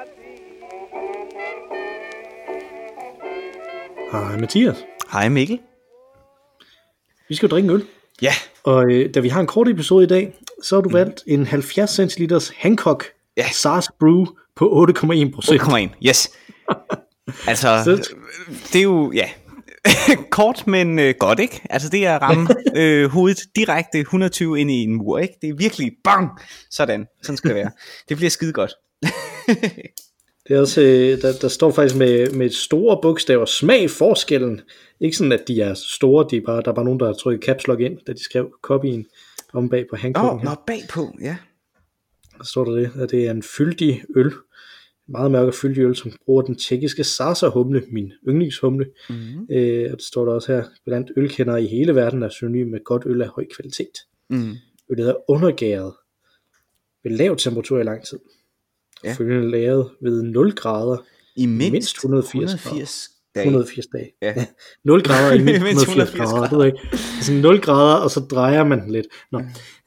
Hej Mathias. Hej Mikkel. Vi skal jo drikke en øl. Ja. Og da vi har en kort episode i dag, så har du valgt en 70 centiliters Hancock Sars Brew på 8,1%. 8,1, yes. Altså, det er jo, kort, men godt, ikke? Altså, det er at ramme hovedet direkte 120 ind i en mur, ikke? Det er virkelig bang! Sådan skal det være. Det bliver skide godt. Det er også, der står faktisk med store bogstaver, smag forskellen. Ikke sådan, at de er store, der er bare nogen, der har trykket caps lock ind, da de skrev copyen om bag på Hancocken. Nå, bagpå, ja. Der står der det, at det er en fyldig øl. Meget mørk og fyldig øl, som bruger den tjekkiske Sarsa-humle, min yndlingshumle. Mm-hmm. Og det står der også her, blandt ølkendere i hele verden er synonym med godt øl af høj kvalitet. Mm. Øllet er undergæret ved lav temperatur i lang tid. Ja. Følgende lavet ved 0 grader i mindst 180 dage. Ja. 0 grader i mindst 180 grader. Du ikke. Altså 0 grader, og så drejer man den lidt. Nå.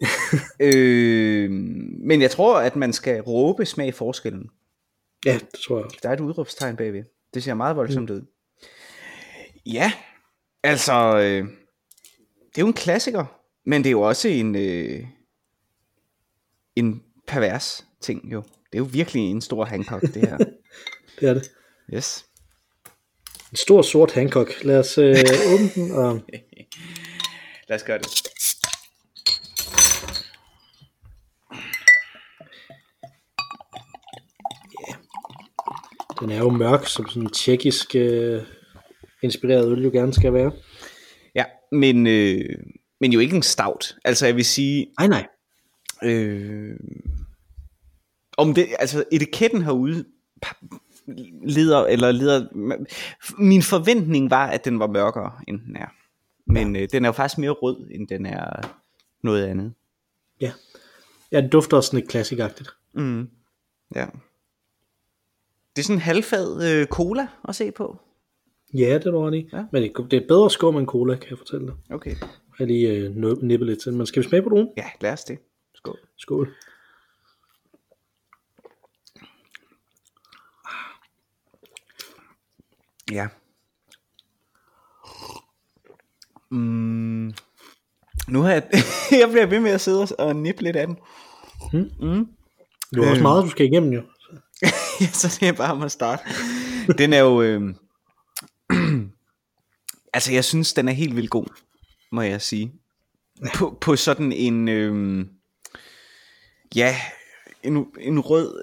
Men jeg tror, at man skal råbe smag forskellen. Ja, det tror jeg også. Der er et udråbstegn bagved. Det ser meget voldsomt ud. Ja, altså, det er jo en klassiker, men det er jo også en pervers ting jo. Det er jo virkelig en stor Hancock, det her. Det er det. Yes. En stor sort Hancock. Lad os åbne den. Og... Lad os gøre det. Yeah. Den er jo mørk, som sådan en tjekkisk inspireret øl jo gerne skal være. Ja, men jo ikke en stout. Altså jeg vil sige... Nej. Om det, altså etiketten herude leder min forventning var, at den var mørkere, end den er. Men den er jo faktisk mere rød, end den er noget andet. Ja, den dufter også sådan lidt klassikagtigt. Mm. Ja. Det er sådan en halvfad cola at se på. Ja, det var det. Ja. Men det er bedre skum end cola, kan jeg fortælle dig. Okay. Jeg lige nippe lidt til. Men skal vi smage på nogen? Ja, lad os det. Skål. Skål. Ja. Nu har jeg bliver ved med at sidde og nippe lidt af den. Det er også meget, du skal igennem jo. Ja, så det er bare om at starte. Den er jo altså jeg synes den er helt vildt god, må jeg sige. På sådan en en rød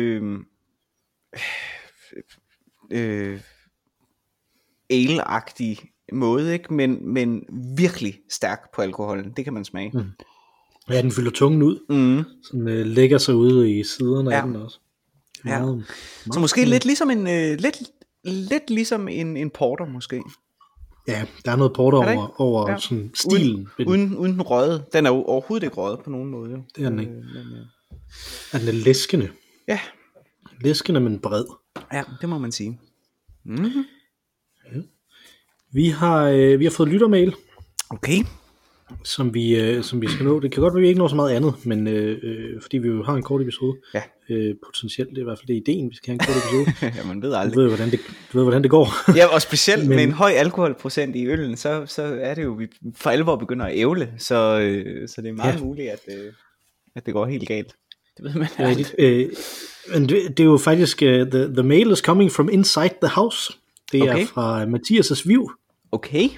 ale-agtig måde, ikke? Men virkelig stærk på alkoholen. Det kan man smage. Ja, den fylder tungen ud. Sådan lægger sig ude i siderne af den også. Meget, så måske lidt ligesom lidt ligesom en porter måske. Ja, der er noget porter over sådan stilen. Uden den røde. Den er jo overhovedet ikke rød på nogen måde. Det er den ikke. Den er læskende. Ja. Læskende, men bred. Ja, det må man sige. Mm-hmm. Ja. Vi har fået lyttermail. Okay. Som vi skal nå. Det kan godt være, vi ikke når så meget andet, men fordi vi jo har en kort episode. Ja. Potentielt, det er i hvert fald det ideen, vi skal have en kort episode. Ja, man ved aldrig. Du ved, hvordan det går. Ja, og specielt med en høj alkoholprocent i øllen, så er det jo, vi for alvor begynder at ævle, så det er meget muligt, at det går helt galt. Det ved man aldrig. Men det er jo faktisk, the mail is coming from inside the house. Det er fra Mathias' Viv. Okay.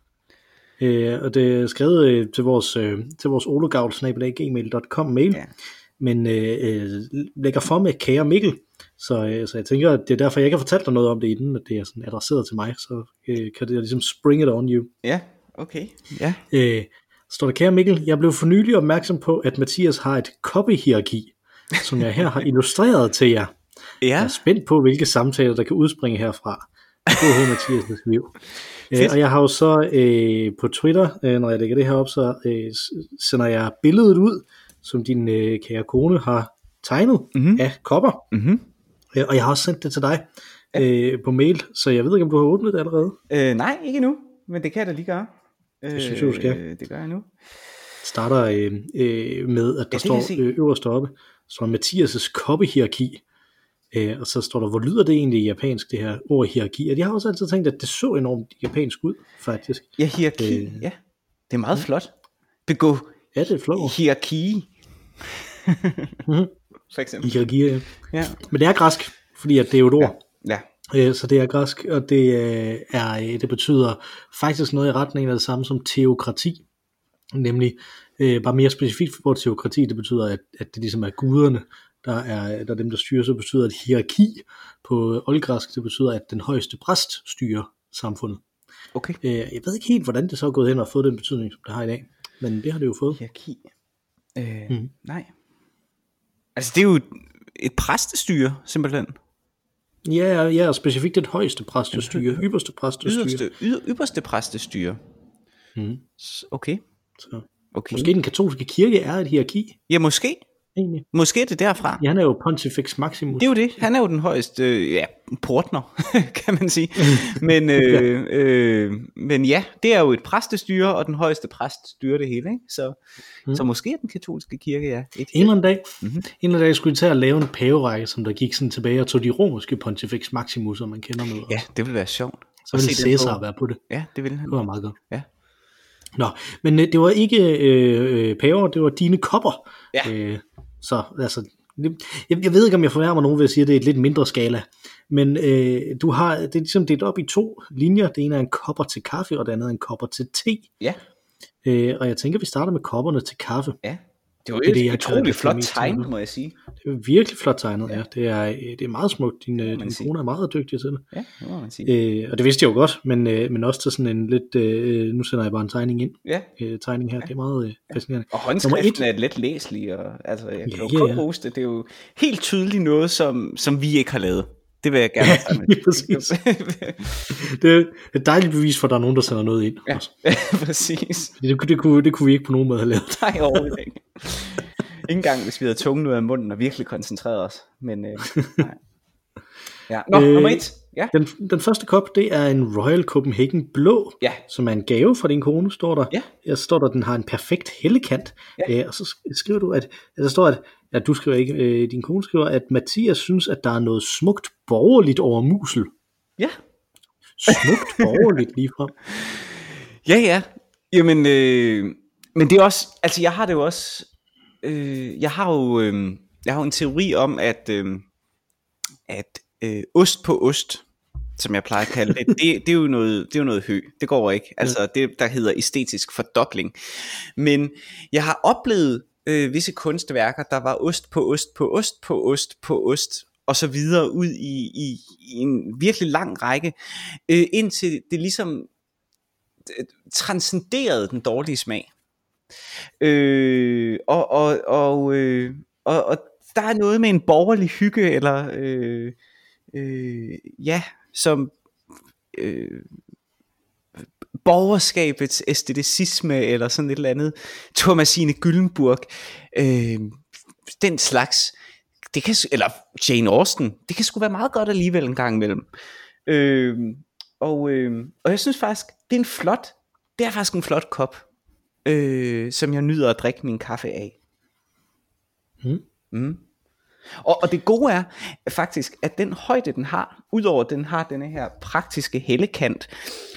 Og det er skrevet til vores ologavl@gmail.com mail, men lægger for med kære Mikkel, så jeg tænker, at det er derfor, jeg ikke har fortalt dig noget om det inden, at det er sådan adresseret til mig, så kan det ligesom spring it on you. Ja, okay. Ja. Står der, kære Mikkel, jeg blev for nylig opmærksom på, at Mathias har et copy-hierarki, som jeg her har illustreret til jer. Ja. Jeg er spændt på, hvilke samtaler, der kan udspringe herfra. Mathias' liv. Og jeg har jo så på Twitter, når jeg lægger det her op, så sender jeg billedet ud, som din kære kone har tegnet af kopper. Og jeg har også sendt det til dig på mail, så jeg ved ikke, om du har åbnet det allerede. Nej, ikke endnu, men det kan jeg da lige gøre. Det synes jeg, du skal. Det gør jeg nu. Starter med, at der står øverst oppe, står Mathias' copy-hierarki. Og så står der, hvor lyder det egentlig i japansk, det her ord hierarki? Og jeg har også altid tænkt, at det så enormt japansk ud, faktisk. Ja, hierarki, ja. Det er meget flot. Begå det er flot. Hierarki. For eksempel. Hierarki, ja. Men det er græsk, fordi at det er jo et ord. Ja. Så det er græsk, og det betyder faktisk noget i retning af det samme som teokrati. Nemlig bare mere specifikt for teokrati, det betyder, at det ligesom er guderne, der er dem, der styrer. Så betyder det hierarki på oldgræsk, det betyder, at den højeste præst styrer samfundet. Okay. Jeg ved ikke helt, hvordan det så er gået hen og fået den betydning, som det har i dag. Men det har det jo fået. Hierarki. Nej. Altså det er jo et præstestyre, simpelthen. Ja, og specifikt det højeste præstestyre, ypperste præstestyre. Ypperste præstestyre. Okay. Så. Måske den katolske kirke er et hierarki. Ja, måske. Egentlig. Måske er det derfra. Ja, han er jo Pontifex Maximus. Det er jo det. Han er jo den højeste, portner, kan man sige. Men, men ja, det er jo et præstestyre, og den højeste præst styrer det hele. Ikke? Så måske er den katolske kirke, ja. En eller anden dag skulle de tage at lave en paverække, som der gik sådan tilbage og tog de romerske Pontifex Maximus, som man kender med. Ja, det ville være sjovt. Så ville Cæsar være på det. Ja, det ville han. Det var meget godt. Ja. Nå, men det var ikke paver, det var dine kopper. Ja. Så altså, jeg ved ikke, om jeg fornærmer nogen ved at sige, at det er et lidt mindre skala. Men du har, det er ligesom delt op i 2 linjer. Det ene er en kopper til kaffe, og det andet er en kopper til te. Ja. Og jeg tænker, vi starter med kopperne til kaffe. Ja. Det var et utroligt flot tegn, må jeg sige. Det er virkelig flot tegnet, ja. Det er meget smukt. Din kone er meget dygtig til det. Ja, det må man sige. Og det vidste jeg jo godt, men også til sådan en lidt, nu sender jeg bare en tegning ind. Ja. Tegning her, det er meget fascinerende. Og håndskriften er let læselig, og altså, jeg kan jo kun rose det. Det er jo helt tydeligt noget, som vi ikke har lavet. Det vil jeg gerne have med. Præcis. Det er et dejligt bevis for, at der er nogen, der sender noget ind. Ja, præcis. Det kunne vi ikke på nogen måde have lavet. Nej, overhovedet ikke. Ikke engang, hvis vi havde tungen ud af munden og virkelig koncentreret os. Men nej. Ja. Nummer 1. Ja. Den første kop, det er en Royal Copenhagen blå, som er en gave fra din kone, står der. Ja. Der står der, at den har en perfekt hellekant. Og så skriver du, at der står, at du skriver ikke, din kone skriver, at Mathias synes, at der er noget smukt borgerligt over musel. Ja. Smukt borgerligt ligefrem. Ja. Jamen, men det er også, altså jeg har det jo også, jeg har jo en teori om, at ost på ost, som jeg plejer at kalde det, det er jo noget hø. Det går ikke. Altså det, der hedder æstetisk fordobling. Men jeg har oplevet visse kunstværker, der var ost på ost på ost på ost på ost, og så videre ud i en virkelig lang række, indtil det ligesom transcenderede den dårlige smag. Og der er noget med en borgerlig hygge, eller som borgerskabets æsteticisme, eller sådan et eller andet. Thomasine Gyllenburg, den slags, det kan, eller Jane Austen, det kan sgu være meget godt alligevel en gang imellem. Og jeg synes faktisk, det er faktisk en flot kop, som jeg nyder at drikke min kaffe af. Og det gode er faktisk, at den højde den har, udover at den har denne her praktiske hellekant,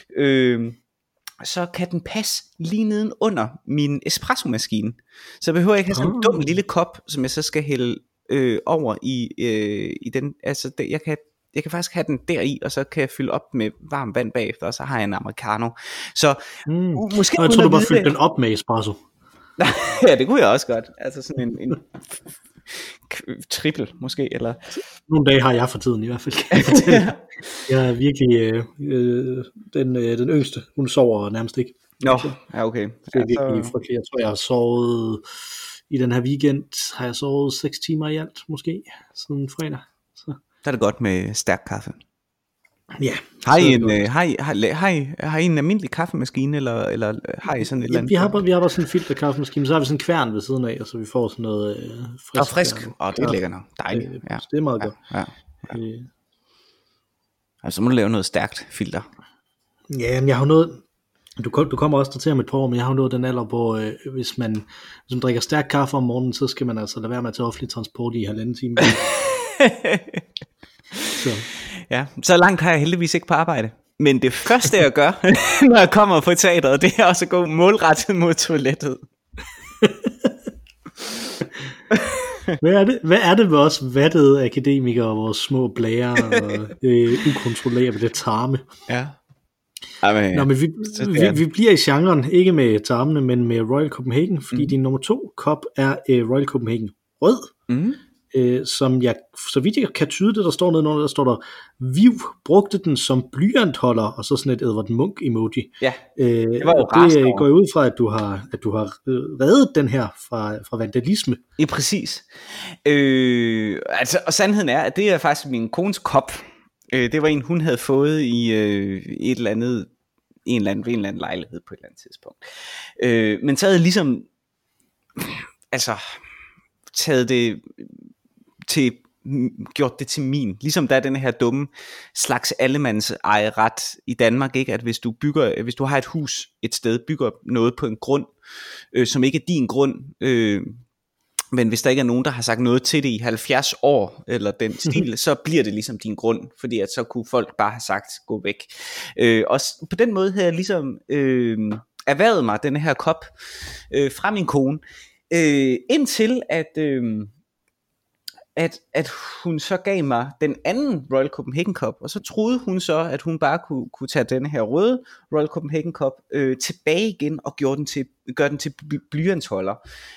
så kan den passe lige neden under min espresso-maskine. Så jeg behøver ikke have sådan en dum lille kop, som jeg så skal hælde over i den. Altså jeg kan faktisk have den deri, og så kan jeg fylde op med varmt vand bagefter, og så har jeg en americano. Så måske jeg tror du bare fylde den op med espresso. Ja, det kunne jeg også godt. Altså sådan en trippel måske, eller nogle dage har jeg for tiden i hvert fald. Jeg er virkelig den yngste. Hun sover nærmest ikke. Nå, ja, okay. Det er virkelig frygteligt. Jeg tror jeg har sovet i den her weekend, har jeg sovet 6 timer i alt måske siden fredag. Så der er det godt med stærk kaffe. Ja. Har I en almindelig kaffemaskine, eller har I sådan et eller andet? Vi har bare sådan en filterkaffemaskine, så har vi sådan en kværn ved siden af, og så vi får sådan noget frisk. Og frisk, det er lækkert nok. Dejligt. Ja. Det er meget godt. Ja. Altså så må du lave noget stærkt filter. Ja, men jeg har noget. Du kommer også til om et par år, men jeg har jo nået den alder, hvor hvis man drikker stærk kaffe om morgenen, så skal man altså lade være med at tage offentlig transport i 1,5 time. Ja, så langt har jeg heldigvis ikke på arbejde. Men det første jeg gør, når jeg kommer på teateret, det er også at gå målrettet mod toilettet. Hvad er det med os vattede akademikere og vores små blære og ukontrollerbare tarme? Ja. Nå, men vi bliver i genren, ikke med tarmene, men med Royal Copenhagen, fordi din nummer 2 kop er Royal Copenhagen rød, som jeg, så vidt jeg kan tyde det, der står nedenunder, der står der, Viv brugte den som blyantholder, og så sådan et Edvard Munch emoji. Ja, det var jo det går ud fra, at du har reddet den her fra vandalisme. Ja, præcis. Og sandheden er, at det er faktisk min kones kop. Det var en, hun havde fået i en eller anden lejlighed på et eller andet tidspunkt. Men så havde ligesom taget det til, gjort det til min. Ligesom der er den her dumme slags allemands ejeret i Danmark, ikke? At hvis du har et hus et sted, bygger noget på en grund, som ikke er din grund, men hvis der ikke er nogen, der har sagt noget til det i 70 år, eller den stil, så bliver det ligesom din grund, fordi at så kunne folk bare have sagt, gå væk. Og på den måde havde jeg ligesom erhvervet mig den her kop fra min kone, indtil at hun så gav mig den anden Royal Copenhagen kop, og så troede hun så, at hun bare kunne tage den her røde Royal Copenhagen kop tilbage igen og gøre den til blyantsholder.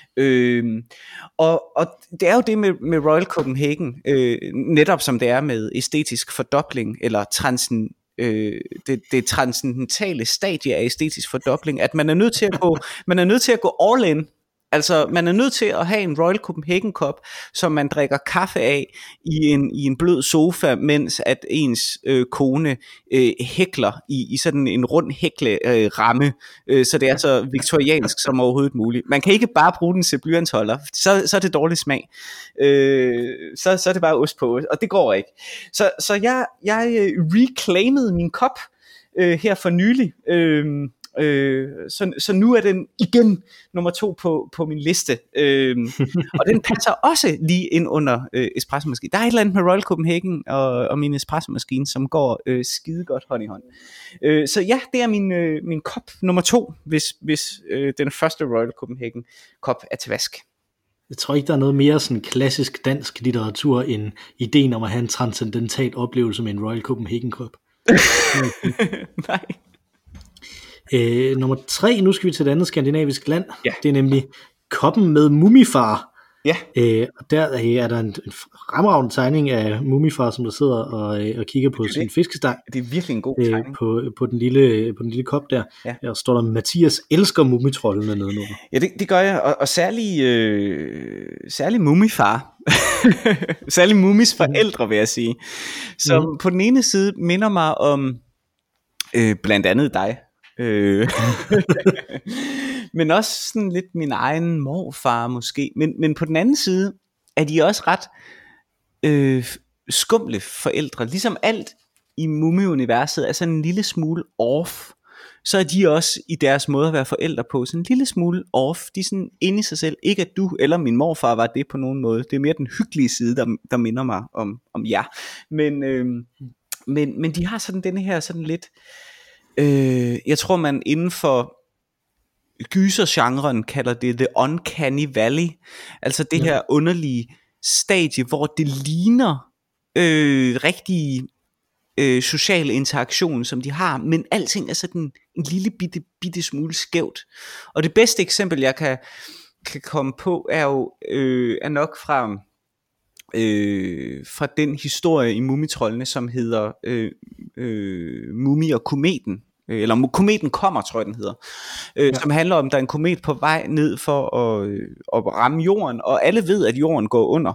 Og det er jo det med Royal Copenhagen, netop som det er med æstetisk fordobling, eller det transcendentale stadie af æstetisk fordobling, at man er nødt til at gå all in. Altså, man er nødt til at have en Royal Copenhagen kop, som man drikker kaffe af i en blød sofa, mens at ens kone hækler i sådan en rund hækle ramme, så det er så viktoriansk som overhovedet muligt. Man kan ikke bare bruge den til blyantsholder, så er det dårlig smag. Så er det bare ost på, og det går ikke. Så jeg reclaimede min kop her for nylig. Så nu er den igen nummer 2 på min liste, og den passer også lige ind under espressomaskinen. Der er et eller andet med Royal Copenhagen og min espressomaskine, som går skide godt hånd i hånd. Så ja, det er min kop nummer 2, hvis den første Royal Copenhagen kop er til vask. Jeg tror ikke, der er noget mere sådan klassisk dansk litteratur end ideen om at have en transcendental oplevelse med en Royal Copenhagen kop. Nej. Nummer 3, nu skal vi til et andet skandinavisk land. Ja. Det er nemlig koppen med Mumifar. Ja. Og der er der en fremragende tegning af Mumifar, som der sidder og kigger på sin fiskestang. Det er virkelig en god tegning. På den lille kop der. Ja. Der står der, Mathias elsker mumitrollene nedenunder. Ja, det gør jeg. Og særlig Mumifar. Særlig Mumis forældre, vil jeg sige. Som på den ene side minder mig om blandt andet dig. Men også sådan lidt min egen morfar måske, men på den anden side er de også ret skumle forældre. Ligesom alt i Mumie-universet er sådan en lille smule off, så er de også i deres måde at være forældre på sådan en lille smule off. De er sådan inde i sig selv. Ikke at du eller min morfar var det på nogen måde. Det er mere den hyggelige side, der minder mig om jer. Men de har sådan denne her sådan lidt jeg tror man inden for gysergenren kalder det The Uncanny Valley. Altså det her underlige stadie, hvor det ligner rigtig social interaktion, som de har, men alting er sådan en lille bitte smule skævt. Og det bedste eksempel jeg kan komme på er jo er nok fra den historie i Mumitrollene, som hedder Mumie og kometen, eller Kometen kommer, tror jeg den hedder, som handler om, der er en komet på vej ned for at ramme jorden, og alle ved, at jorden går under,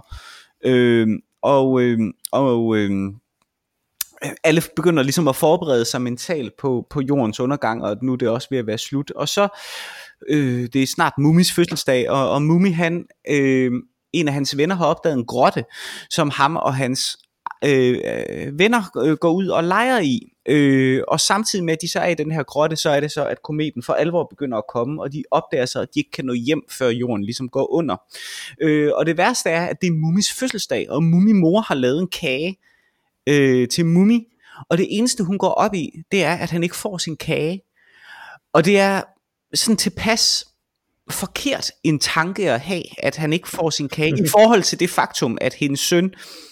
alle begynder ligesom at forberede sig mentalt på jordens undergang, og nu er det også ved at være slut, og så det er snart Mumis fødselsdag, og Mumie en af hans venner har opdaget en grotte, som ham og hans venner går ud og leger i, og samtidig med at de så er i den her grotte, så er det så at kometen for alvor begynder at komme, og de opdager så at de ikke kan nå hjem før jorden ligesom går under, og det værste er at det er Mumis fødselsdag, og Mumimor har lavet en kage til Mumi, og det eneste hun går op i, det er, at han ikke får sin kage. Og det er sådan tilpas forkert en tanke at have, at han ikke får sin kage, i forhold til det faktum, at hendes søn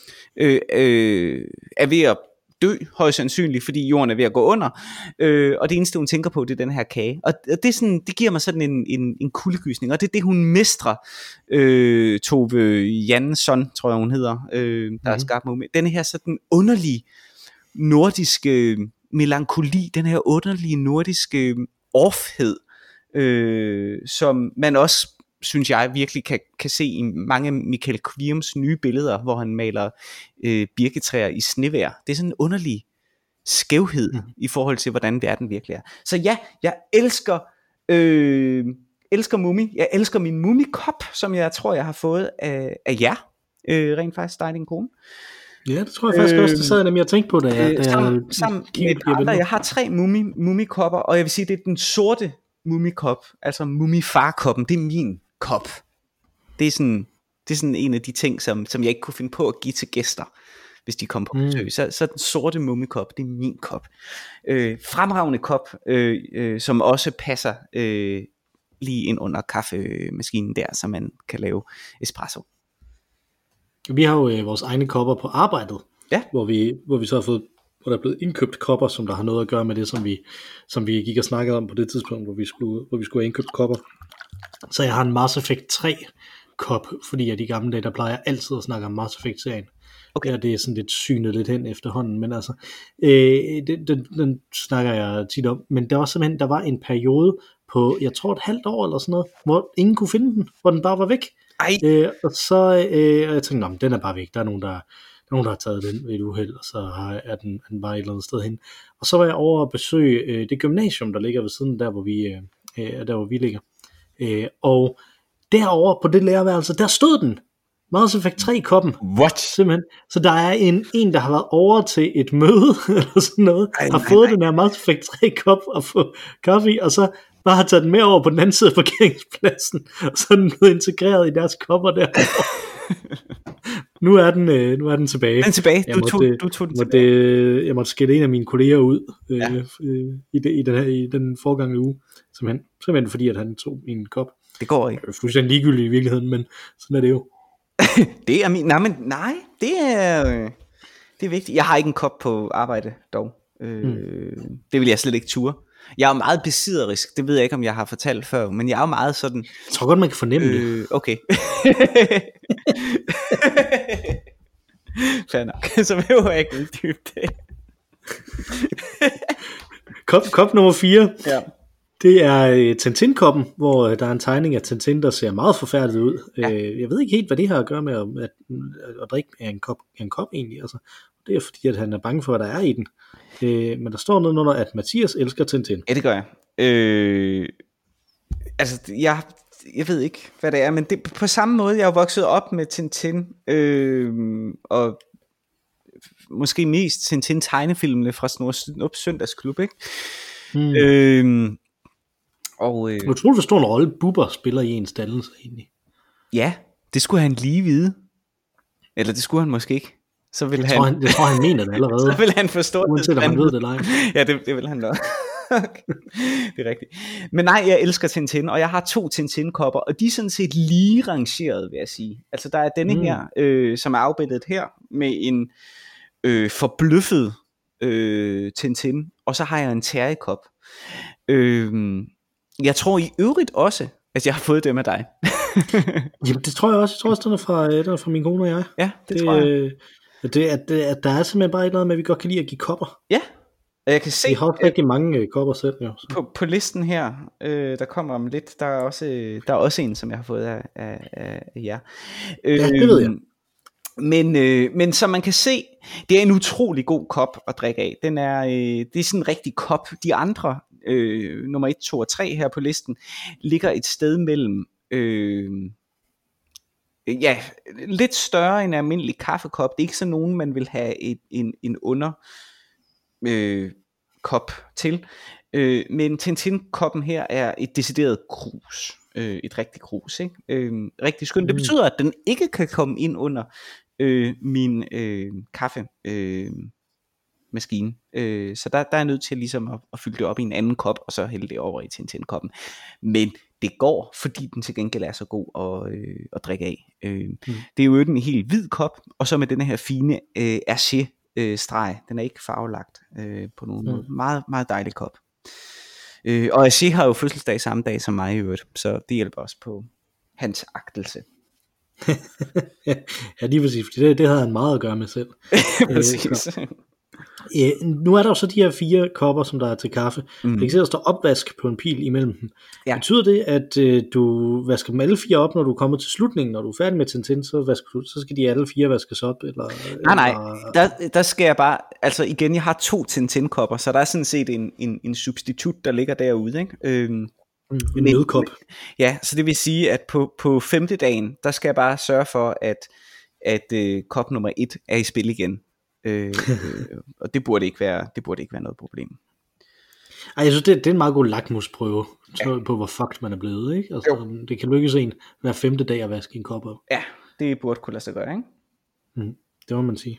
er ved at dø, højst sandsynligt, fordi jorden er ved at gå under, og det eneste hun tænker på, det er den her kage, og det, er sådan, det giver mig sådan en kuldegysning, og det er det hun mestrer, Tove Jansson, tror jeg hun hedder, der er skabt med den her sådan underlige nordiske melankoli, den her underlige nordiske offhed, som man også, synes jeg, virkelig kan se i mange af Michael Kviums nye billeder, hvor han maler birketræer i snevejr. Det er sådan en underlig skævhed i forhold til, hvordan verden virkelig er. Så ja, jeg elsker Mumi. Jeg elsker min Mumikop, som jeg tror, jeg har fået af jer. Rent faktisk, dig og din kone. Ja, det tror jeg faktisk også, det sad jeg nemlig og tænkte på, da jeg sammen med et par andre. Jeg har 3 Mumikopper, og jeg vil sige, det er den sorte Mumikop, altså Mumifarkoppen, det er min kop. Det er sådan en af de ting, som jeg ikke kunne finde på at give til gæster, hvis de kom på besøg. Så den sorte Mumikop, det er min kop. Fremragende kop, som også passer lige ind under kaffemaskinen der, så man kan lave espresso. Vi har jo vores egne kopper på arbejdet, hvor vi så har fået, hvor der er blevet indkøbt kopper, som der har noget at gøre med det, som vi gik og snakkede om på det tidspunkt, hvor vi skulle have indkøbt kopper. Så jeg har en Mass Effect 3 kop, fordi jeg de gamle dage, der plejer jeg altid at snakke om Mass Effect-serien. Okay. Og det er sådan lidt synet lidt hen efterhånden, men altså, den snakker jeg tit om. Men der var simpelthen, der var en periode på, jeg tror et halvt år eller sådan noget, hvor ingen kunne finde den, hvor den bare var væk. Og så, og jeg tænkte, den er bare væk, der er nogen, der har taget den ved et uheld, og så er den bare et eller andet sted hen. Og så var jeg over at besøge det gymnasium, der ligger ved siden der, hvor vi ligger. Og derovre på det lærerværelse, der stod den. Mass Effect 3-koppen. What? Simpelthen. Så der er en, der har været over til et møde, eller sådan noget, har fået den her Mass Effect 3-kop og fået kaffe i, og så bare har taget den med over på den anden side af parkeringspladsen, og så er den blevet integreret i deres kopper der. Nu er den tilbage. Den er tilbage. Du tog den tilbage. Jeg måtte skille en af mine kolleger ud i den forgangne uge, simpelthen fordi at han tog min kop. Det går ikke. Det er fuldstændig ligegyldigt i virkeligheden, men sådan er det jo. Det er min. Nej, det er vigtigt. Jeg har ikke en kop på arbejde dog. Det vil jeg slet ikke ture. Jeg er jo meget besidderisk. Det ved jeg ikke, om jeg har fortalt før, men jeg er jo meget sådan. Jeg tror godt, man kan fornemme det. Okay. Fair nok. Så behøver jeg ikke uddybe det. Kop nummer 4. Ja. Det er Tintin-koppen, hvor der er en tegning af Tintin, der ser meget forfærdet ud. Ja. Jeg ved ikke helt, hvad det har at gøre med at drikke af en kop egentlig. Altså, det er fordi, at han er bange for, hvad der er i den. Men der står noget under, at Mathias elsker Tintin. Ja, det gør jeg. Altså, jeg ved ikke, hvad det er, men det, på samme måde, jeg er vokset op med Tintin, og måske mest Tintin-tegnefilmene fra Snup Søndagsklub, ikke? Jeg tror, hvor stor en rolle Bubber spiller i ens dannelse egentlig. Ja, det skulle han lige vide. Eller det skulle han måske ikke. Så vil jeg tror, han mener det allerede. Så vil han forstå det. Uanset om han ved det eller ej. Ja, det vil han nok. Okay. Det er rigtigt. Men nej, jeg elsker Tintin, og jeg har 2 Tintin-kopper, og de er sådan set lige rangeret, vil jeg sige. Altså, der er denne her, som er afbildet her, med en forbløffet Tintin, og så har jeg en Terry-kop. Jeg tror i øvrigt også, at jeg har fået dem af dig. Jamen, det tror jeg også. Jeg tror også, den er fra min kone og jeg. Ja, det tror jeg. At der er simpelthen bare et eller andet med, at vi godt kan lide at give kopper. Ja, og jeg kan se... Vi har også rigtig mange kopper selv. Jo, på listen her, der kommer om lidt, der er også en, som jeg har fået af jer. Ja, det ved jeg. Men som man kan se, det er en utrolig god kop at drikke af. Det er sådan en rigtig kop. De andre, nummer 1, 2 og 3 her på listen, ligger et sted mellem... lidt større end en almindelig kaffekop. Det er ikke sådan nogen, man vil have en under kop til. Men Tintin-koppen her er et decideret krus. Et rigtig krus, ikke? Rigtig skønt. Det betyder, at den ikke kan komme ind under min kaffe maskine. Så der er jeg nødt til ligesom at fylde det op i en anden kop, og så hælde det over i Tintin-koppen. Men det går, fordi den til gengæld er så god at drikke af. Det er jo en helt hvid kop, og så med den her fine Hergé streg. Den er ikke farvelagt på nogen måde. Meget, meget dejlig kop. Og Hergé har jo fødselsdag samme dag som mig i øvrigt, så det hjælper også på hans agtelse. Ja, lige præcis, fordi det havde han meget at gøre med selv. Præcis. Nu er der jo så de her 4 kopper, som der er til kaffe. Jeg kan se, der står opvask på en pil imellem dem. Ja. Betyder det, at du vasker dem alle 4 op, når du kommer til slutningen? Når du er færdig med Tintin, så skal de alle 4 vaskes op? Eller, nej, der skal jeg bare... Altså igen, jeg har 2 Tintin-kopper, så der er sådan set en substitut, der ligger derude, ikke? En nødkop. Ja, så det vil sige, at på 5. dagen, der skal jeg bare sørge for, at kop nummer 1 er i spil igen. Og det burde ikke være noget problem. Ej, jeg synes det er en meget god lakmusprøve på hvor fucked man er blevet, ikke? Altså, det kan lykkes en hver 5. dag at vaske en kop op. Ja, det burde kunne lade sig gøre, ikke? Det må man sige.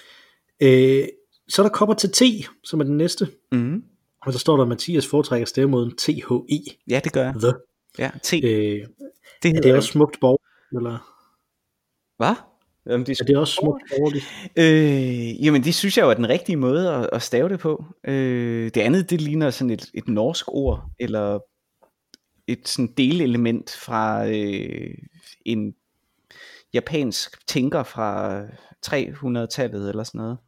Så er der kopper til te, som er den næste. Og der står der, Mathias foretrækker stavemåden THE. Ja, det gør jeg. The. Ja, te. Det er også smukt borgerligt, eller? Hvad? Jamen, det er også smukt borgerligt. Jamen det synes jeg jo er den rigtige måde at stave det på. Det andet, det ligner sådan et norsk ord, eller et sådan delelement fra en japansk tænker fra 300-tallet eller sådan noget.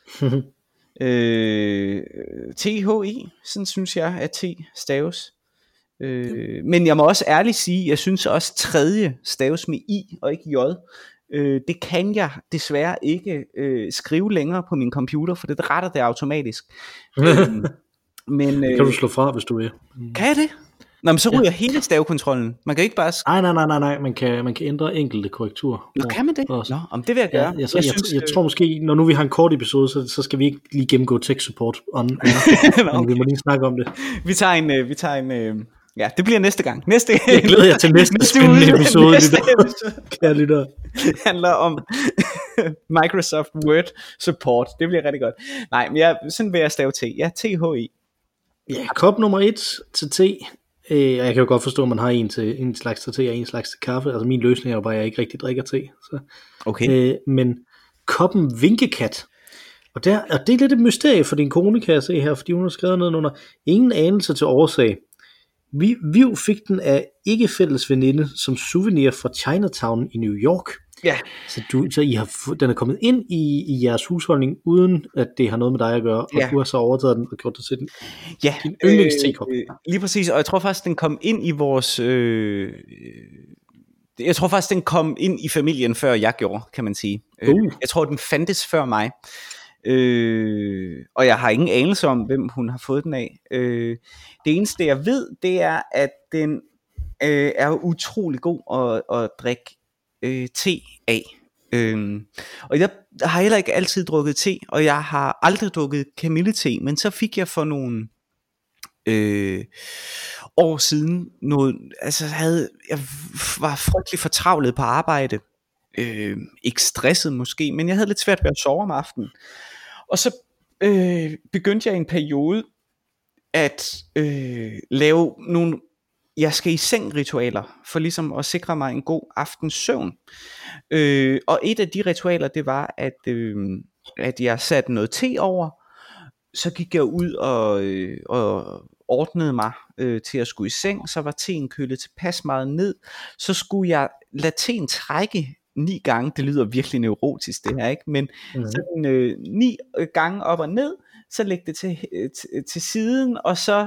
THE, sådan synes jeg at T staves. Men jeg må også ærligt sige, jeg synes også tredje staves med I og ikke J. Det kan jeg desværre ikke skrive længere på min computer, for det retter det automatisk. Men kan du slå fra, hvis du vil. Kan jeg det? Nå, men så ryger hele stavekontrollen. Man kan ikke bare... Nej. Man kan ændre enkelte korrekturer. Nå, kan man det? Nå, om det vil jeg gøre. Ja, jeg tror måske, når nu vi har en kort episode, så skal vi ikke lige gennemgå tech support on. Okay. Vi må lige snakke om det. Vi tager en ja, det bliver næste gang. Jeg glæder jer til næste spændende episode. Kære lyttere. Det handler om Microsoft Word support. Det bliver rigtig godt. Nej, men sådan vil jeg stave T. Ja, THE. Ja, kop nummer 1 til te. Jeg kan jo godt forstå, at man har en slags til te og en slags til kaffe. Altså min løsning er jo bare, at jeg ikke rigtig drikker te. Så. Okay. Men koppen vinkekat. Og det er lidt et mysterie for din kone, kan jeg se her, fordi hun har skrevet noget under ingen anelse til årsag. Viv fik den af ikke fælles veninde som souvenir fra Chinatown i New York. Ja. Så den er kommet ind i jeres husholdning, uden at det har noget med dig at gøre, og du har så overtaget den og gjort det til din yndlingsteakop. Lige præcis, og jeg tror faktisk, den kom ind i vores... Jeg tror faktisk, den kom ind i familien, før jeg gjorde, kan man sige. Jeg tror, den fandtes før mig. Og jeg har ingen anelse om, hvem hun har fået den af. Det eneste jeg ved, det er, at den er utrolig god at drikke te af. Og jeg har heller ikke altid drukket te, og jeg har aldrig drukket kamillete, men så fik jeg for nogle år siden noget, altså jeg var frygtelig fortravlet på arbejde. Ikke stresset måske, men jeg havde lidt svært ved at sove om aftenen. Og så begyndte jeg i en periode at lave nogle jeg skal i seng ritualer, for ligesom at sikre mig en god aftens søvn. Og et af de ritualer, det var, at jeg satte noget te over, så gik jeg ud og ordnede mig til at skulle i seng, så var teen kølet tilpas meget ned, så skulle jeg lade teen trække 9 gange, det lyder virkelig neurotisk det her, ikke? Men sådan 9 gange op og ned, så læg det til siden, og så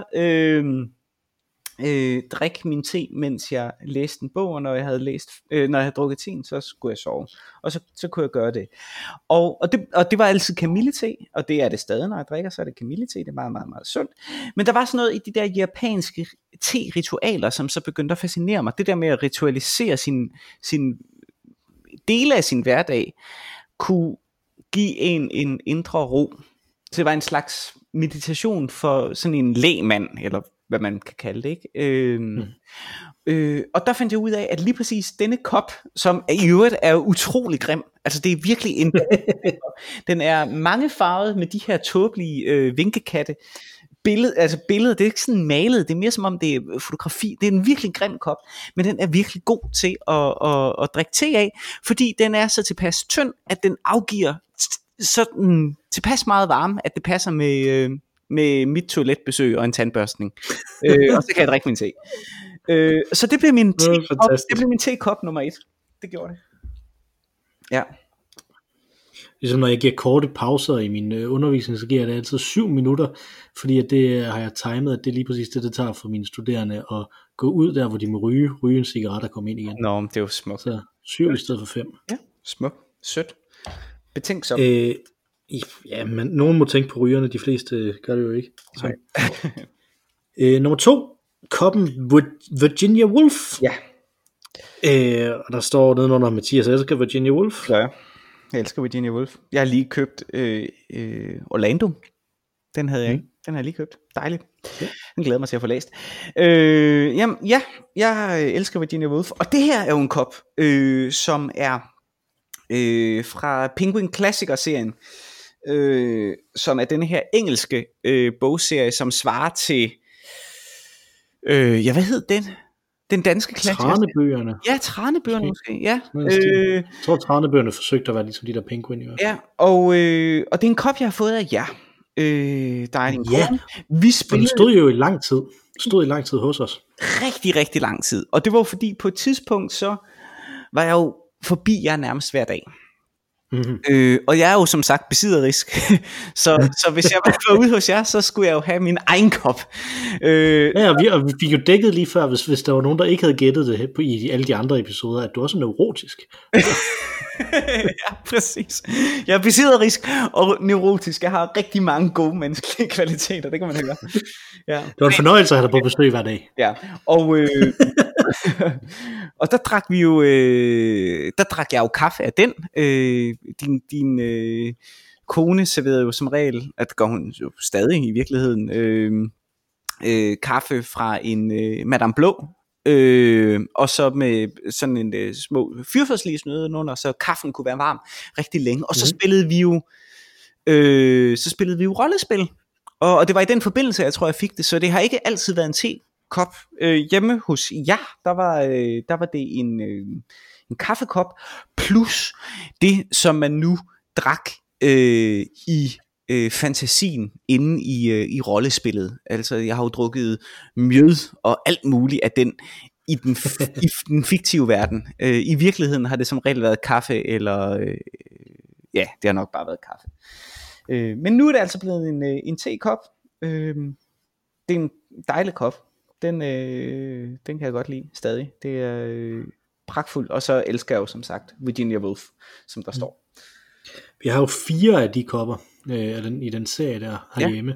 drikke min te, mens jeg læste en bog, og når jeg havde drukket teen, så skulle jeg sove, og så kunne jeg gøre det. Og det var altid kamillete, og det er det stadig, når jeg drikker, så er det kamillete, det er meget, meget, meget sundt. Men der var sådan noget i de der japanske te-ritualer, som så begyndte at fascinere mig, det der med at ritualisere sin dele af sin hverdag, kunne give en indre ro. Så det var en slags meditation for sådan en lægmand, eller hvad man kan kalde det, ikke? Og der fandt jeg ud af, at lige præcis denne kop, som i øvrigt er utrolig grim, altså det er virkelig en den er mangefarvet med de her tåbelige vinkekatte. Billedet, det er ikke sådan malet, det er mere som om det er fotografi. Det er en virkelig grim kop, men den er virkelig god til at drikke te af, fordi den er så tilpas tynd, at den afgiver sådan tilpas meget varme, at det passer med mit toiletbesøg og en tandbørstning. Og så kan jeg drikke min te. Så det blev min tekop. Det blev min tekop nummer 1. Det gjorde det. Ja. Ligesom når jeg giver korte pauser i min undervisning, så giver jeg det altid 7 minutter, fordi at det har jeg timet, at det er lige præcis det tager for mine studerende at gå ud der, hvor de må ryge en cigaret og komme ind igen. Nå, det er jo smukt. Så 7 i stedet for 5. Ja, smukt. Sødt. Betænksom. Ja, men nogen må tænke på rygerne, de fleste gør det jo ikke. Nummer 2, koppen Virginia Woolf. Ja. Og der står nedenunder, Mathias elsker Virginia Woolf. Ja, jeg elsker Virginia Woolf. Jeg har lige købt Orlando. Den havde jeg ikke. Den har jeg lige købt. Dejligt. Ja. Den glæder mig til at få læst. Jamen, ja, jeg elsker Virginia Woolf. Og det her er jo en kop, som er fra Penguin Classicer-serien, som er denne her engelske bogserie, som svarer til hvad hed den? Den danske klassiker. Tranebøgerne. Ja, Tranebøgerne måske. Ja. Jeg tror Tranebøgerne forsøgte at være ligesom de der Penguin i hvert fald. Ja, og det er en kop jeg har fået af jer. Der er en kone. Vi spillede. Den stod jo i lang tid. Stod i lang tid hos os. Rigtig, rigtig lang tid. Og det var fordi på et tidspunkt så var jeg jo forbi jer nærmest hver dag. Mm-hmm. Og jeg er jo som sagt besidderisk. så hvis jeg var ude hos jer, så skulle jeg jo have min egen kop. Ja, og vi fik jo dækket lige før, hvis der var nogen der ikke havde gættet det i alle de andre episoder, at du også er neurotisk. Ja, præcis. Jeg er besidderisk og neurotisk. Jeg har rigtig mange gode menneskelige kvaliteter. Det kan man høre. Ja. Det var en fornøjelse at have dig på besøg hver dag. Ja. Og der drak vi jo jeg jo kaffe af den. Din kone serverede jo som regel, at gør hun jo stadig i virkeligheden, kaffe fra en Madame Blå, og så med sådan en små fyrfærdslis nedenunder, så kaffen kunne være varm rigtig længe. Og så spillede vi jo rollespil. Og det var i den forbindelse, jeg tror jeg fik det. Så det har ikke altid været en tekop. Hjemme hos jer, der var det en kaffekop, plus det, som man nu drak i fantasien inde i rollespillet. Altså jeg har jo drukket mjød og alt muligt af den i den fiktive verden. I virkeligheden har det som regel været kaffe, eller ja, det har nok bare været kaffe. Men nu er det altså blevet en tekop. Det er en dejlig kop. Den kan jeg godt lide stadig. Det er pragtfuldt. Og så elsker jeg jo som sagt Virginia Woolf, som der står. Vi har jo 4 af de kopper i den serie der herhjemme.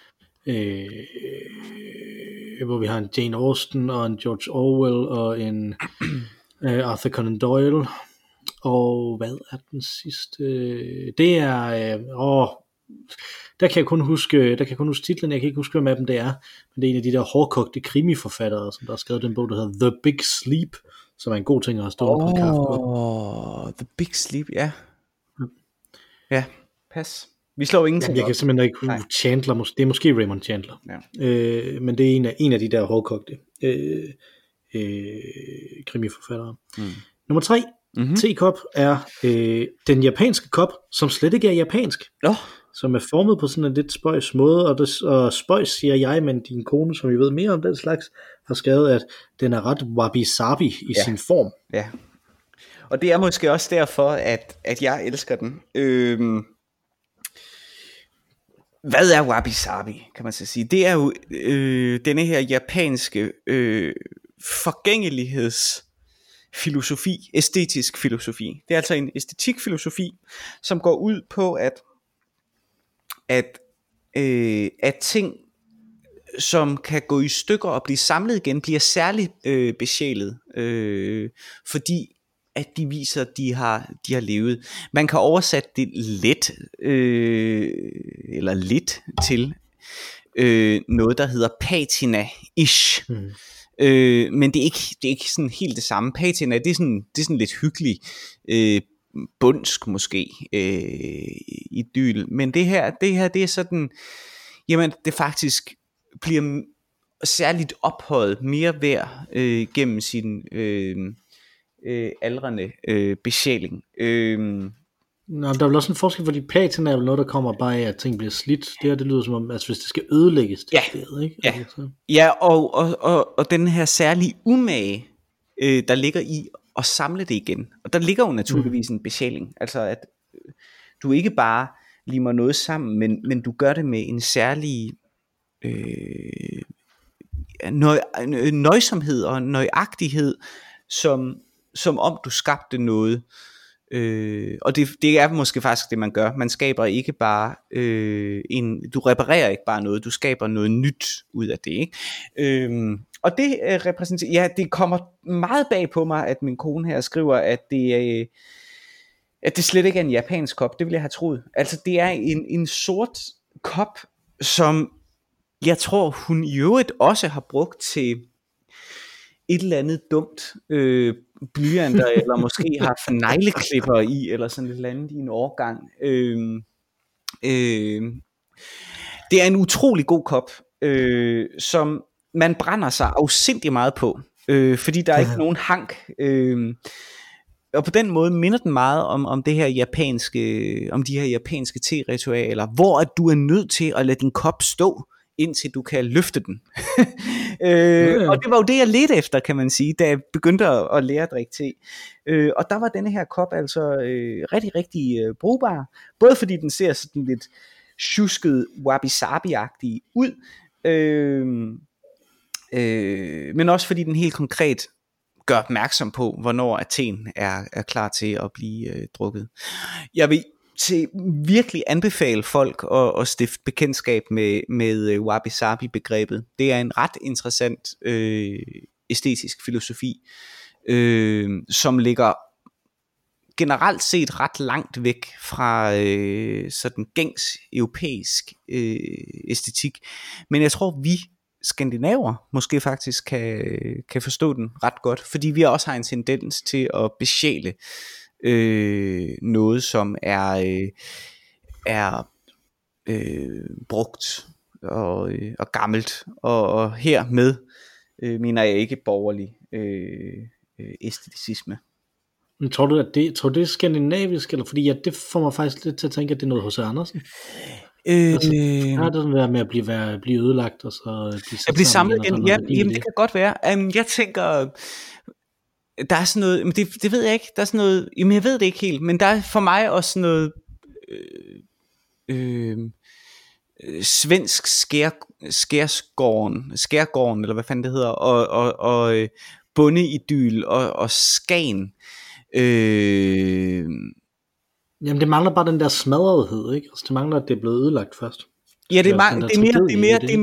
Hvor vi har en Jane Austen og en George Orwell og en Arthur Conan Doyle. Og hvad er den sidste? Det er der kan jeg kun huske titlen. Jeg kan ikke huske, hvem af dem det er, men det er en af de der hårdkogte krimiforfattere, som der har skrevet den bog, der hedder The Big Sleep, som er en god ting at stå på en kaffekop. The Big Sleep, ja. Ja, pas. Vi slår ingenting. Jeg kan simpelthen ikke huske Chandler, det er måske Raymond Chandler. Ja. Men det er en af de der hårdkogte krimiforfattere. Nummer 3 tekop er den japanske kop, som slet ikke er japansk. Som er formet på sådan en lidt spøjs måde, og spøjs siger jeg, men din kone, som I ved mere om den slags, har skrevet, at den er ret wabi-sabi i sin form. Ja. Og det er måske også derfor, at jeg elsker den. Hvad er wabi-sabi, kan man så sige? Det er jo denne her japanske forgængelighedsfilosofi, æstetisk filosofi. Det er altså en æstetikfilosofi, som går ud på, at ting, som kan gå i stykker og blive samlet igen, bliver særligt besjælet, fordi at de viser, at de har levet. Man kan oversætte det lidt til, noget, der hedder patina-ish. Men det er ikke sådan helt det samme. Patina, det er sådan lidt hyggelig, bundsk måske, idyl. Men det her, det er sådan, jamen det faktisk bliver særligt ophøjet mere værd gennem sin aldrende besjæling. Nå, der er vel også en forskel, fordi patina er vel noget, der kommer bare af, at ting bliver slidt. Det lyder som om, altså hvis det skal ødelægges, det sted, ikke? Ja, altså, ja, og den her særlige umage, der ligger i at samle det igen. Og der ligger jo naturligvis en besjæling. Altså at du ikke bare limer noget sammen, men du gør det med en særlig nøjsomhed og nøjagtighed, som om du skabte noget. Og det er måske faktisk det man gør. Man skaber ikke bare du reparerer ikke bare noget, du skaber noget nyt ud af det, ikke? Og det repræsenterer, ja, det kommer meget bag på mig, at min kone her skriver, at det slet ikke er en japansk kop. Det ville jeg have troet. Altså det er en sort kop, som jeg tror hun i øvrigt også har brugt til et eller andet dumt blyanter, eller måske har negleklipper i, eller sådan et eller andet i en årgang. Det er en utrolig god kop, som man brænder sig afsindig meget på, fordi der er ikke nogen hank. Og på den måde minder den meget om det her japanske, om de her japanske te-ritualer, hvor at du er nødt til at lade din kop stå, indtil du kan løfte den. Og det var jo det, jeg ledte efter, kan man sige, da jeg begyndte at lære at drikke te. Og der var denne her kop altså rigtig, rigtig brugbar. Både fordi den ser sådan lidt tjusket wabi-sabi-agtig ud, men også fordi den helt konkret gør opmærksom på, hvornår teen er klar til at blive drukket. Jeg vil virkelig anbefale folk at stifte bekendtskab med wabi-sabi begrebet. Det er en ret interessant æstetisk filosofi, som ligger generelt set ret langt væk fra sådan gængs europæisk æstetik. Men jeg tror vi skandinaver måske faktisk kan forstå den ret godt, fordi vi også har en tendens til at besjæle noget som er brugt og gammelt, og hermed mener jeg ikke borgerlig æsteticisme. Men tror du det er skandinavisk, eller fordi det får mig faktisk lidt til at tænke, at det er noget H.C. Andersen? Altså, har det sådan der med at blive ødelagt og så blive samlet igen? Ja, jamen, det kan godt være. Jeg tænker, der er sådan noget, men det ved jeg ikke, der er sådan noget, jamen jeg ved det ikke helt, men der er for mig også sådan noget svensk skærgården, eller hvad fanden det hedder, og bondeidyl og Skagen. Jamen det mangler bare den der smadrethed, ikke? Altså det mangler, at det er blevet ødelagt først. Ja, det er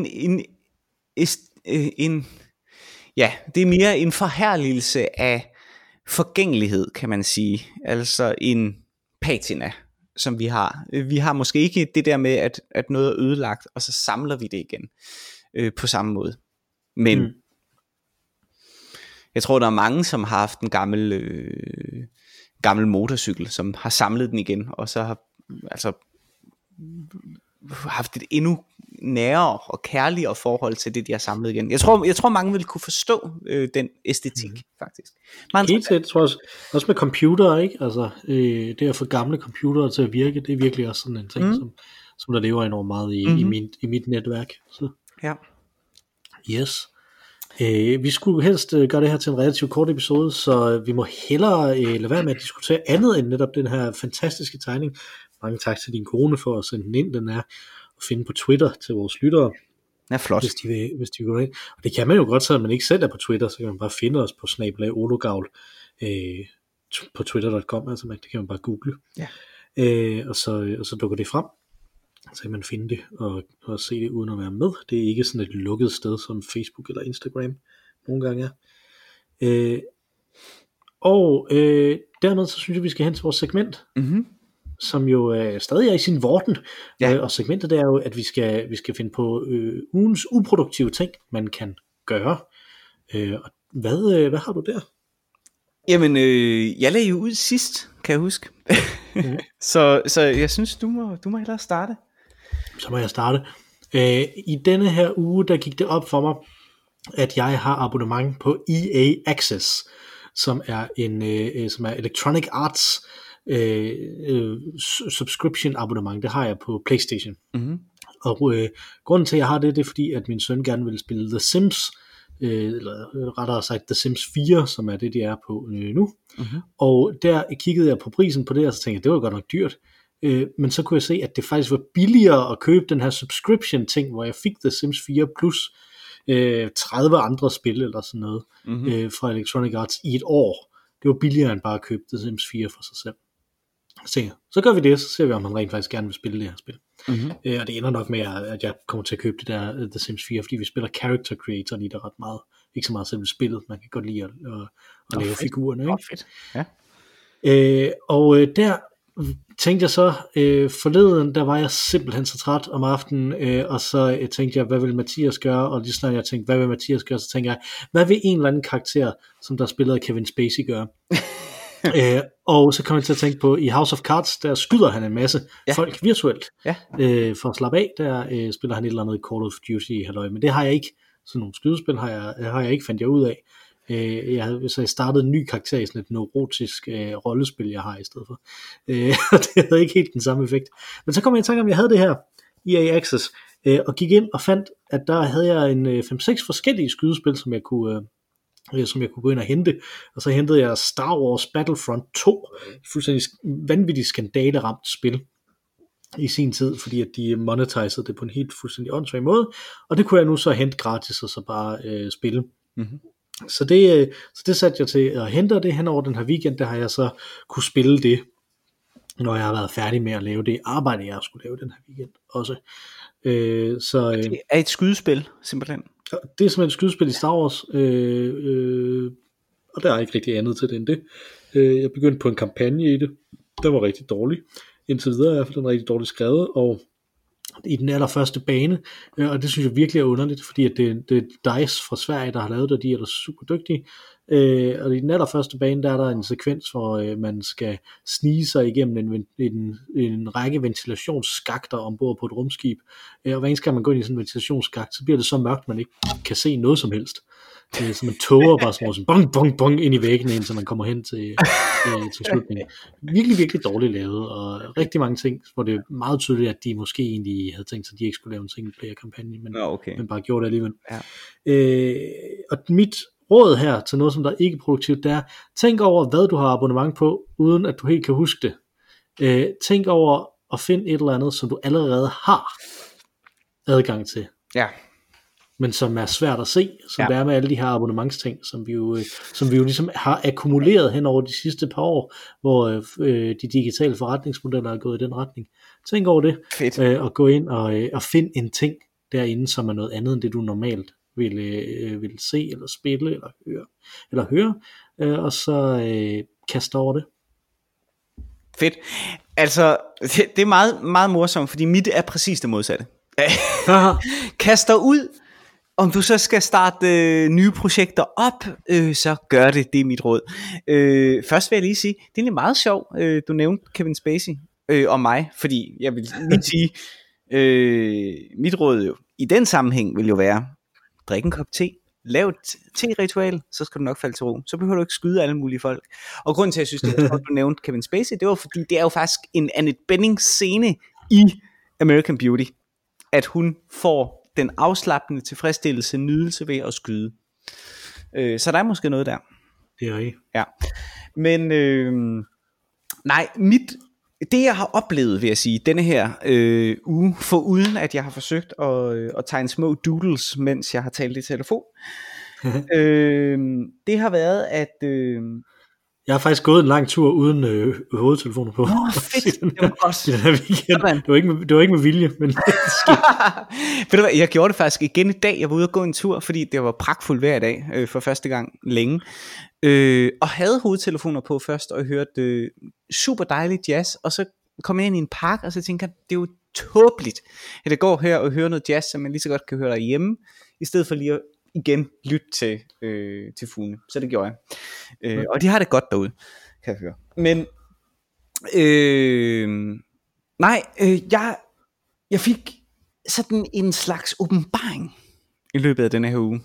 mere en forherligelse af forgængelighed, kan man sige. Altså en patina, som vi har. Vi har måske ikke det der med, at noget er ødelagt, og så samler vi det igen på samme måde. Men jeg tror, der er mange, som har haft en gammel motorcykel, som har samlet den igen, og så har haft et endnu nærere og kærligere forhold til det, de har samlet igen. Jeg tror mange vil kunne forstå den æstetik, faktisk. Helt set, tror jeg også med computer, ikke? Altså, det at få gamle computere til at virke, det er virkelig også sådan en ting, som der lever enormt meget i mit netværk. Så. Ja. Yes. Vi skulle helst gøre det her til en relativt kort episode, så vi må hellere lade være med at diskutere andet end netop den her fantastiske tegning. Mange tak til din kone for at sende den ind. Den er at finde på Twitter til vores lyttere. Ja, flot. Hvis de går ind. Og det kan man jo godt, så man ikke selv er på Twitter, så kan man bare finde os på @ologavl på twitter.com, altså det kan man bare google. Ja. Og så dukker det frem. Så kan man finde det og se det uden at være med. Det er ikke sådan et lukket sted som Facebook eller Instagram nogle gange er. Dermed så synes jeg, vi skal hen til vores segment, som jo stadig er i sin vorden, og segmentet det er jo, at vi skal finde på ugens uproduktive ting, man kan gøre. Og hvad har du der? Jamen, jeg lagde jo ud sidst, kan jeg huske. Så jeg synes, du må hellere starte. Så må jeg starte. I denne her uge, der gik det op for mig, at jeg har abonnement på EA Access, som er Electronic Arts subscription abonnement. Det har jeg på PlayStation. Mm-hmm. Og grunden til at jeg har det er fordi at min søn gerne vil spille The Sims, eller rettere sagt The Sims 4, som er det de er på nu. Mm-hmm. Og der kiggede jeg på prisen på det, og så tænkte jeg, det var godt nok dyrt. Men så kunne jeg se, at det faktisk var billigere at købe den her subscription ting, hvor jeg fik The Sims 4 plus 30 andre spil eller sådan noget, fra Electronic Arts i et år. Det var billigere end bare at købe The Sims 4 for sig selv. Så gør vi det, så ser vi om han rent faktisk gerne vil spille det her spil. Mm-hmm. Og det ender nok med at jeg kommer til at købe det der The Sims 4, fordi vi spiller character creator i det ret meget. Ikke så meget selve spillet, man kan godt lide at lave figurerne, ikke? Fedt. Ja. Og der tænkte jeg så forleden, der var jeg simpelthen så træt om aftenen, og så tænkte jeg, hvad vil Mathias gøre? Og lige snart jeg tænkte, hvad vil Mathias gøre? Så tænkte jeg, hvad vil en eller anden karakter, som der spillede Kevin Spacey, gøre? Og så kom jeg til at tænke på, i House of Cards, der skyder han en masse folk virtuelt. For at slappe af, der spiller han et eller andet Call of Duty halløj, men det har jeg ikke. Sådan nogle skydespil har jeg ikke, fandt jeg ud af. Så jeg startede en ny karakter i sådan et neurotisk rollespil, jeg har i stedet for. Og det havde ikke helt den samme effekt. Men så kom jeg i tanke om, jeg havde det her EA Access, og gik ind og fandt, at der havde jeg en 5-6 forskellige skydespil, som jeg kunne gå ind og hente. Og så hentede jeg Star Wars Battlefront 2, fuldstændig vanvittigt skandaleramt spil i sin tid, fordi at de monetizede det på en helt fuldstændig åndssvag måde, og det kunne jeg nu så hente gratis og så bare spille. Mm-hmm. Så det satte jeg til at hente det hen over den her weekend, der har jeg så kunne spille det, når jeg har været færdig med at lave det arbejde, jeg skulle lave den her weekend også. Det er et skydespil, simpelthen? Det er simpelthen et skydespil i Star Wars, og der er ikke rigtig andet til det end det. Jeg begyndte på en kampagne i det, der var rigtig dårlig. Indtil videre i hvert fald, den er rigtig dårligt skrevet, og i den allerførste bane, og det synes jeg virkelig er underligt, fordi at det er DICE fra Sverige, der har lavet det, og de er ellers super dygtige, og i den allerførste bane, der er der en sekvens, hvor man skal snige sig igennem en række ventilationsskakter ombord på et rumskib, og hver eneste gang man går ind i sådan en ventilationsskakt, så bliver det så mørkt, man ikke kan se noget som helst. Så man tåger bare sådan bong, bong, bong ind i væggene, indtil man kommer hen til slutningen. Virkelig, virkelig dårligt lavet, og rigtig mange ting, hvor det er meget tydeligt, at de måske egentlig havde tænkt sig, at de ikke skulle lave en single-player-kampagne, men bare gjorde det alligevel. Ja. Og mit råd her til noget, som der er ikke produktivt, det er, tænk over, hvad du har abonnement på, uden at du helt kan huske det. Tænk over at finde et eller andet, som du allerede har adgang til. Ja. Men som er svært at se, som det er med alle de her abonnementsting, som vi jo ligesom har akkumuleret hen over de sidste par år, hvor de digitale forretningsmodeller er gået i den retning. Tænk over det, og gå ind og find en ting derinde, som er noget andet end det, du normalt vil se, eller spille, eller høre, og så kaste over det. Fedt. Altså, det er meget, meget morsomt, fordi mit er præcis det modsatte. Kaster ud. Om du så skal starte nye projekter op, så gør det. Det er mit råd. Først vil jeg lige sige, det er meget sjovt, du nævnte Kevin Spacey og mig, fordi jeg vil lige sige, mit råd jo, i den sammenhæng vil jo være, drik en kop te, lav et te-ritual, så skal du nok falde til ro. Så behøver du ikke skyde alle mulige folk. Og grunden til, at jeg synes, det er godt, du nævnte Kevin Spacey, det var fordi, det er jo faktisk en Annette Bening scene i American Beauty, at hun får den afslappende tilfredsstillelse, nydelse ved at skyde. Så der er måske noget der. Det er rigtigt. Ja. Men nej, det jeg har oplevet, vil jeg sige, denne her uge, foruden at jeg har forsøgt at tegne små doodles, mens jeg har talt i telefon, det har været, at jeg har faktisk gået en lang tur uden hovedtelefoner på. Fedt. Det var også. Det var ikke med vilje, men Ved du hvad, jeg gjorde det faktisk igen i dag. Jeg var ude og gå en tur, fordi det var pragtfuldt hver dag for første gang længe. Og havde hovedtelefoner på først og hørte super dejlig jazz, og så kommer ind i en park, og så tænker jeg, det er jo tåbeligt, at jeg går her og hører noget jazz, som man lige så godt kan høre derhjemme, i stedet for lige at igen lytte til fuglene. Så det gjorde jeg. Og de har det godt derude, kan jeg høre. Men jeg fik sådan en slags åbenbaring i løbet af denne her uge.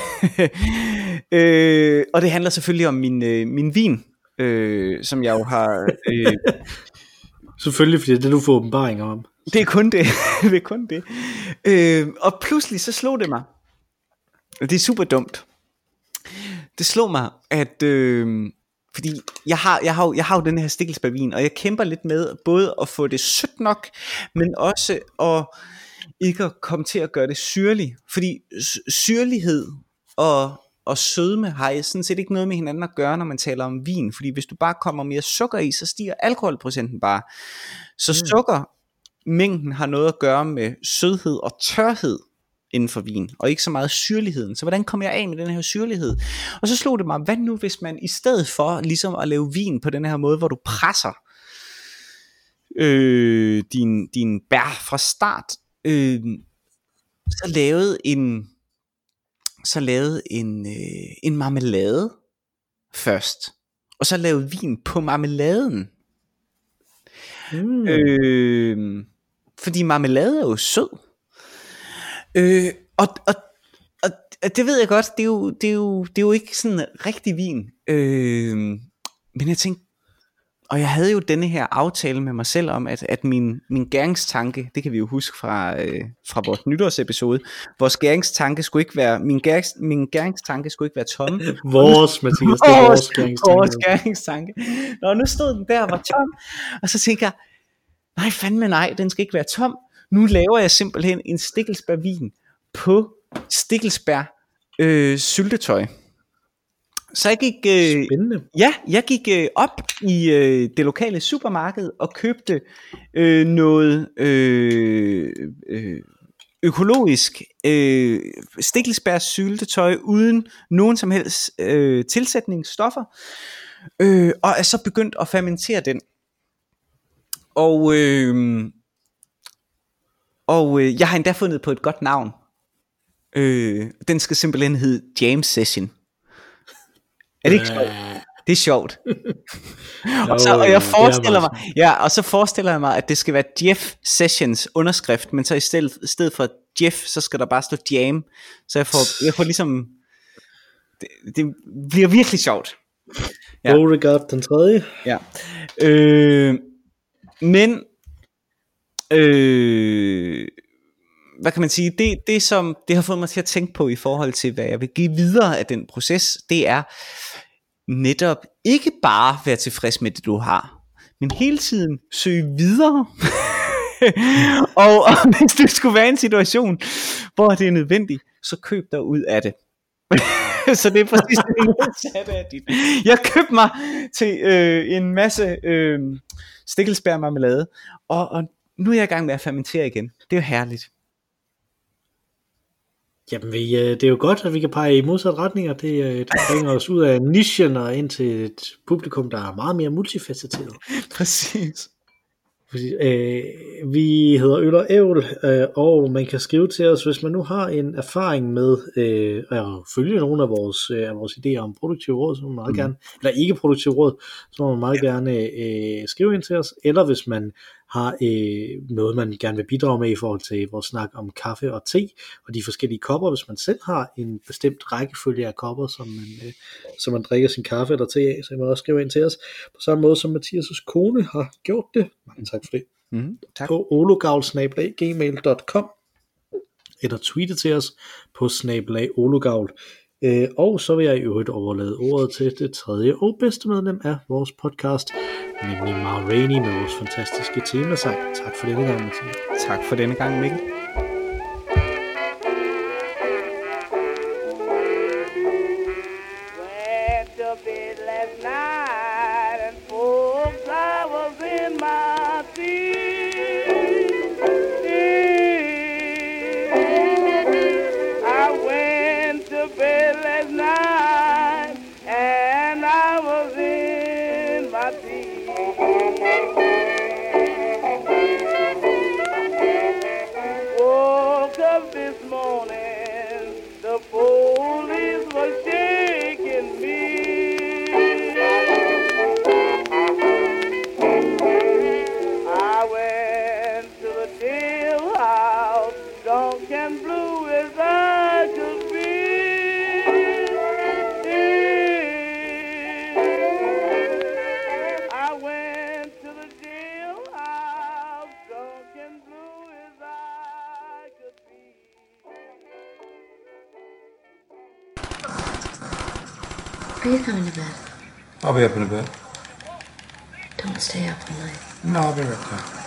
Og det handler selvfølgelig om min vin, som jeg jo har... Selvfølgelig, fordi det er det, du får åbenbaringer om. Det er kun det. Det er kun det. Og pludselig så slog det mig. Det er super dumt. Det slog mig, at... fordi jeg har jo den her stikkelsbærvin, og jeg kæmper lidt med både at få det sødt nok, men også at ikke at komme til at gøre det syrligt. Fordi syrlighed og sødme har sådan set ikke noget med hinanden at gøre, når man taler om vin. Fordi hvis du bare kommer mere sukker i, så stiger alkoholprocenten bare. Så sukkermængden har noget at gøre med sødhed og tørhed inden for vin, og ikke så meget syrligheden. Så hvordan kommer jeg af med den her syrlighed? Og så slog det mig, hvad nu hvis man i stedet for ligesom at lave vin på den her måde, hvor du presser din bær fra start, så lavede en marmelade først, og så lavede vin på marmeladen. Fordi marmelade er jo sød. Og det ved jeg godt, det er jo ikke sådan rigtig vin. Men jeg tænkte, og jeg havde jo denne her aftale med mig selv om, at min gæringstanke, det kan vi jo huske fra vores nytårsepisode, vores gæringstanke skulle ikke være, min gæringstanke skulle ikke være tom. Vores, Mathias, det er vores gæringstanke. Nå, nu stod den der og var tom, og så tænker jeg, nej fandme nej, den skal ikke være tom. Nu laver jeg simpelthen en stikkelsbærvin på stikkelsbær syltetøj. Så jeg gik jeg gik op i det lokale supermarked og købte noget økologisk stikkelsbær syltetøj uden nogen som helst tilsætningsstoffer, og er så begyndt at fermentere den. Og jeg har endda fundet på et godt navn. Den skal simpelthen hedde Jam Session. Er det ikke sjovt? Det er sjovt. Og så forestiller jeg mig, at det skal være Jeff Sessions underskrift, men så i stedet for Jeff, så skal der bare stå Jam. Så jeg får ligesom, det bliver virkelig sjovt. Ja. Beauregard den tredje. Ja. Men hvad kan man sige, det som det har fået mig til at tænke på i forhold til hvad jeg vil give videre af den proces, det er netop ikke bare være tilfreds med det du har, men hele tiden søge videre. og hvis du skulle være i en situation hvor det er nødvendigt, så køb dig ud af det. Så det er præcis det modsatte af dit. Jeg købte mig til en masse stikkelsbær marmelade, og nu er jeg i gang med at fermentere igen. Det er jo herligt. Jamen, det er jo godt, at vi kan pege i modsatte retninger. Det bringer os ud af nichen og ind til et publikum, der er meget mere multifacetteret. Præcis. Vi hedder Øl og Ævl, og man kan skrive til os, hvis man nu har en erfaring med at følge nogle af vores idéer om produktiv råd, så må man meget gerne, eller ikke produktiv råd, så må man meget gerne skrive ind til os, eller hvis man har noget, man gerne vil bidrage med i forhold til vores snak om kaffe og te, og de forskellige kopper, hvis man selv har en bestemt rækkefølge af kopper, som man drikker sin kaffe eller te af, så man også skrive ind til os, på samme måde som Mathias' kone har gjort det. Mange tak for det. Tak. På ologavl@gmail.com eller tweete til os på @ologavl. Og så vil jeg i øvrigt overlade ordet til det tredje og bedste medlem af vores podcast, nemlig Ma Rainey med vores fantastiske temasang. Tak for denne gang, Mathias. Tak for denne gang, Mikkel. Are you going to bed? I'll be up in a bit. Don't stay up all night. No, I'll be right there.